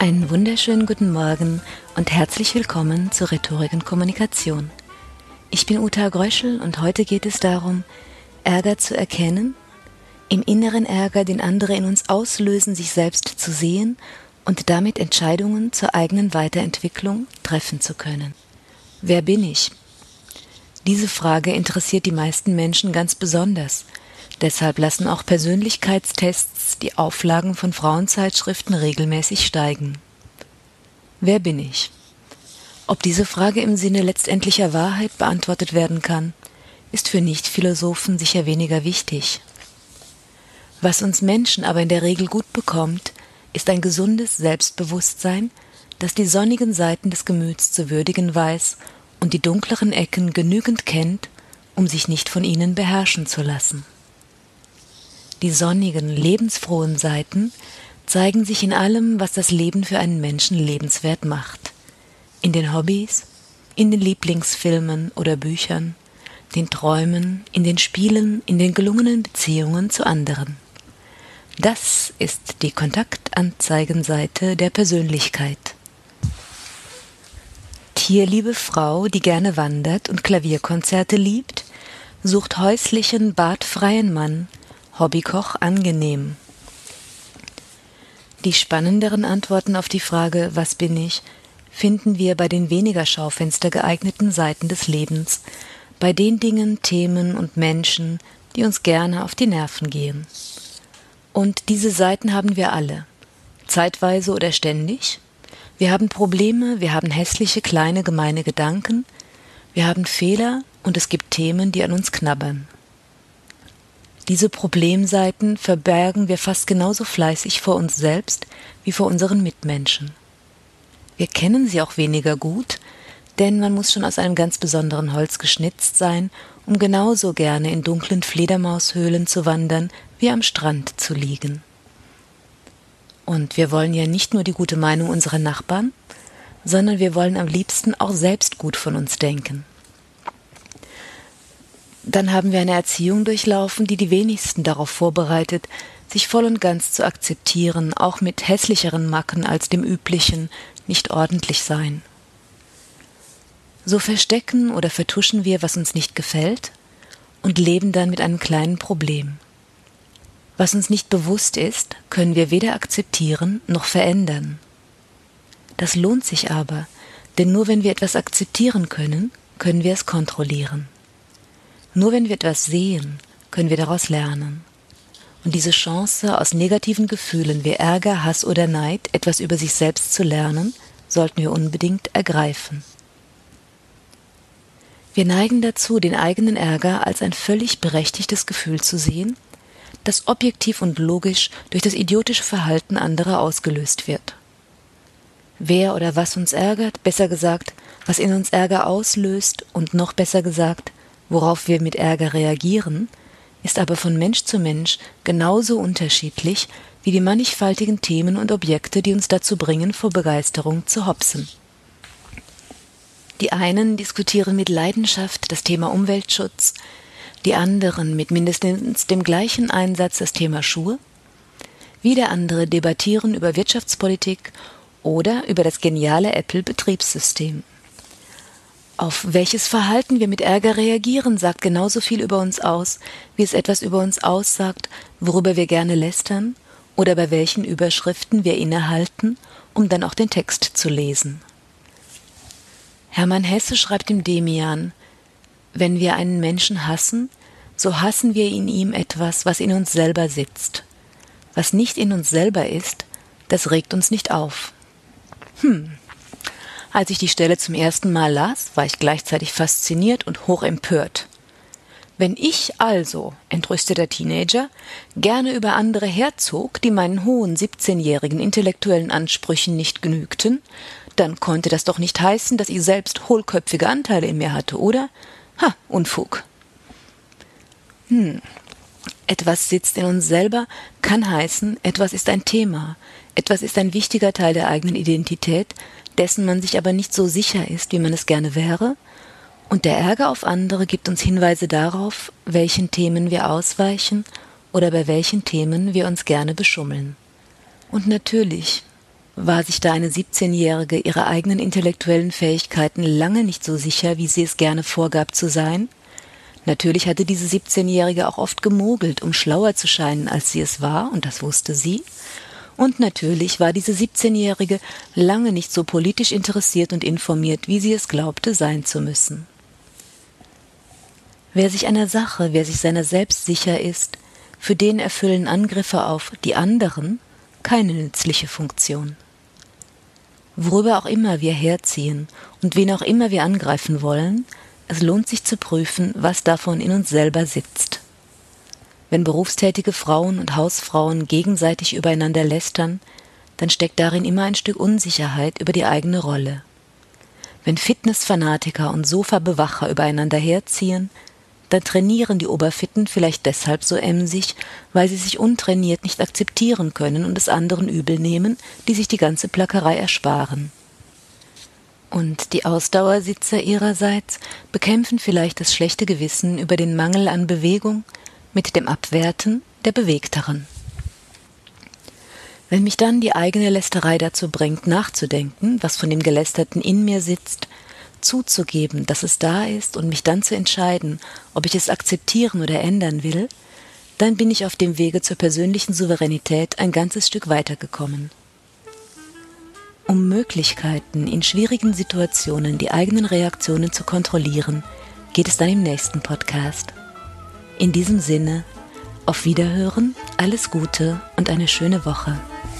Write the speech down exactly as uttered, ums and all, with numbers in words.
Einen wunderschönen guten Morgen und herzlich willkommen zur Rhetorik und Kommunikation. Ich bin Uta Gröschel und heute geht es darum, Ärger zu erkennen, im inneren Ärger, den andere in uns auslösen, sich selbst zu sehen und damit Entscheidungen zur eigenen Weiterentwicklung treffen zu können. Wer bin ich? Diese Frage interessiert die meisten Menschen ganz besonders. Deshalb lassen auch Persönlichkeitstests die Auflagen von Frauenzeitschriften regelmäßig steigen. Wer bin ich? Ob diese Frage im Sinne letztendlicher Wahrheit beantwortet werden kann, ist für Nichtphilosophen sicher weniger wichtig. Was uns Menschen aber in der Regel gut bekommt, ist ein gesundes Selbstbewusstsein, das die sonnigen Seiten des Gemüts zu würdigen weiß und die dunkleren Ecken genügend kennt, um sich nicht von ihnen beherrschen zu lassen. Die sonnigen, lebensfrohen Seiten zeigen sich in allem, was das Leben für einen Menschen lebenswert macht. In den Hobbys, in den Lieblingsfilmen oder Büchern, den Träumen, in den Spielen, in den gelungenen Beziehungen zu anderen. Das ist die Kontaktanzeigenseite der Persönlichkeit. Tierliebe Frau, die gerne wandert und Klavierkonzerte liebt, sucht häuslichen, badfreien Mann, Hobbykoch angenehm. Die spannenderen Antworten auf die Frage, was bin ich, finden wir bei den weniger Schaufenster geeigneten Seiten des Lebens, bei den Dingen, Themen und Menschen, die uns gerne auf die Nerven gehen. Und diese Seiten haben wir alle, zeitweise oder ständig. Wir haben Probleme, wir haben hässliche, kleine, gemeine Gedanken, wir haben Fehler und es gibt Themen, die an uns knabbern. Diese Problemseiten verbergen wir fast genauso fleißig vor uns selbst wie vor unseren Mitmenschen. Wir kennen sie auch weniger gut, denn man muss schon aus einem ganz besonderen Holz geschnitzt sein, um genauso gerne in dunklen Fledermaushöhlen zu wandern, wie am Strand zu liegen. Und wir wollen ja nicht nur die gute Meinung unserer Nachbarn, sondern wir wollen am liebsten auch selbst gut von uns denken. Dann haben wir eine Erziehung durchlaufen, die die wenigsten darauf vorbereitet, sich voll und ganz zu akzeptieren, auch mit hässlicheren Macken als dem üblichen, nicht ordentlich sein. So verstecken oder vertuschen wir, was uns nicht gefällt, und leben dann mit einem kleinen Problem. Was uns nicht bewusst ist, können wir weder akzeptieren noch verändern. Das lohnt sich aber, denn nur wenn wir etwas akzeptieren können, können wir es kontrollieren. Nur wenn wir etwas sehen, können wir daraus lernen. Und diese Chance, aus negativen Gefühlen wie Ärger, Hass oder Neid etwas über sich selbst zu lernen, sollten wir unbedingt ergreifen. Wir neigen dazu, den eigenen Ärger als ein völlig berechtigtes Gefühl zu sehen, das objektiv und logisch durch das idiotische Verhalten anderer ausgelöst wird. Wer oder was uns ärgert, besser gesagt, was in uns Ärger auslöst und noch besser gesagt, worauf wir mit Ärger reagieren, ist aber von Mensch zu Mensch genauso unterschiedlich wie die mannigfaltigen Themen und Objekte, die uns dazu bringen, vor Begeisterung zu hopsen. Die einen diskutieren mit Leidenschaft das Thema Umweltschutz, die anderen mit mindestens dem gleichen Einsatz das Thema Schuhe, wieder andere debattieren über Wirtschaftspolitik oder über das geniale Apple-Betriebssystem. Auf welches Verhalten wir mit Ärger reagieren, sagt genauso viel über uns aus, wie es etwas über uns aussagt, worüber wir gerne lästern oder bei welchen Überschriften wir innehalten, um dann auch den Text zu lesen. Hermann Hesse schreibt im Demian: Wenn wir einen Menschen hassen, so hassen wir in ihm etwas, was in uns selber sitzt. Was nicht in uns selber ist, das regt uns nicht auf. Hm. Als ich die Stelle zum ersten Mal las, war ich gleichzeitig fasziniert und hoch empört. Wenn ich also, entrüsteter Teenager, gerne über andere herzog, die meinen hohen siebzehnjährigen intellektuellen Ansprüchen nicht genügten, dann konnte das doch nicht heißen, dass ich selbst hohlköpfige Anteile in mir hatte, oder? Ha, Unfug. Hm. Etwas sitzt in uns selber, kann heißen, etwas ist ein Thema, etwas ist ein wichtiger Teil der eigenen Identität, dessen man sich aber nicht so sicher ist, wie man es gerne wäre, und der Ärger auf andere gibt uns Hinweise darauf, welchen Themen wir ausweichen oder bei welchen Themen wir uns gerne beschummeln. Und natürlich, War sich da eine siebzehnjährige ihrer eigenen intellektuellen Fähigkeiten lange nicht so sicher, wie sie es gerne vorgab zu sein? Natürlich hatte diese siebzehnjährige auch oft gemogelt, um schlauer zu scheinen, als sie es war, und das wusste sie. Und natürlich war diese siebzehnjährige lange nicht so politisch interessiert und informiert, wie sie es glaubte, sein zu müssen. Wer sich einer Sache, wer sich seiner selbst sicher ist, für den erfüllen Angriffe auf die anderen keine nützliche Funktion. Worüber auch immer wir herziehen und wen auch immer wir angreifen wollen, es lohnt sich zu prüfen, was davon in uns selber sitzt. Wenn berufstätige Frauen und Hausfrauen gegenseitig übereinander lästern, dann steckt darin immer ein Stück Unsicherheit über die eigene Rolle. Wenn Fitnessfanatiker und Sofabewacher übereinander herziehen, dann trainieren die Oberfitten vielleicht deshalb so emsig, weil sie sich untrainiert nicht akzeptieren können und es anderen übel nehmen, die sich die ganze Plackerei ersparen. Und die Ausdauersitzer ihrerseits bekämpfen vielleicht das schlechte Gewissen über den Mangel an Bewegung mit dem Abwerten der Bewegteren. Wenn mich dann die eigene Lästerei dazu bringt, nachzudenken, was von dem Gelästerten in mir sitzt, zuzugeben, dass es da ist und mich dann zu entscheiden, ob ich es akzeptieren oder ändern will, dann bin ich auf dem Wege zur persönlichen Souveränität ein ganzes Stück weitergekommen. Um Möglichkeiten, in schwierigen Situationen die eigenen Reaktionen zu kontrollieren, geht es dann im nächsten Podcast. In diesem Sinne, auf Wiederhören, alles Gute und eine schöne Woche.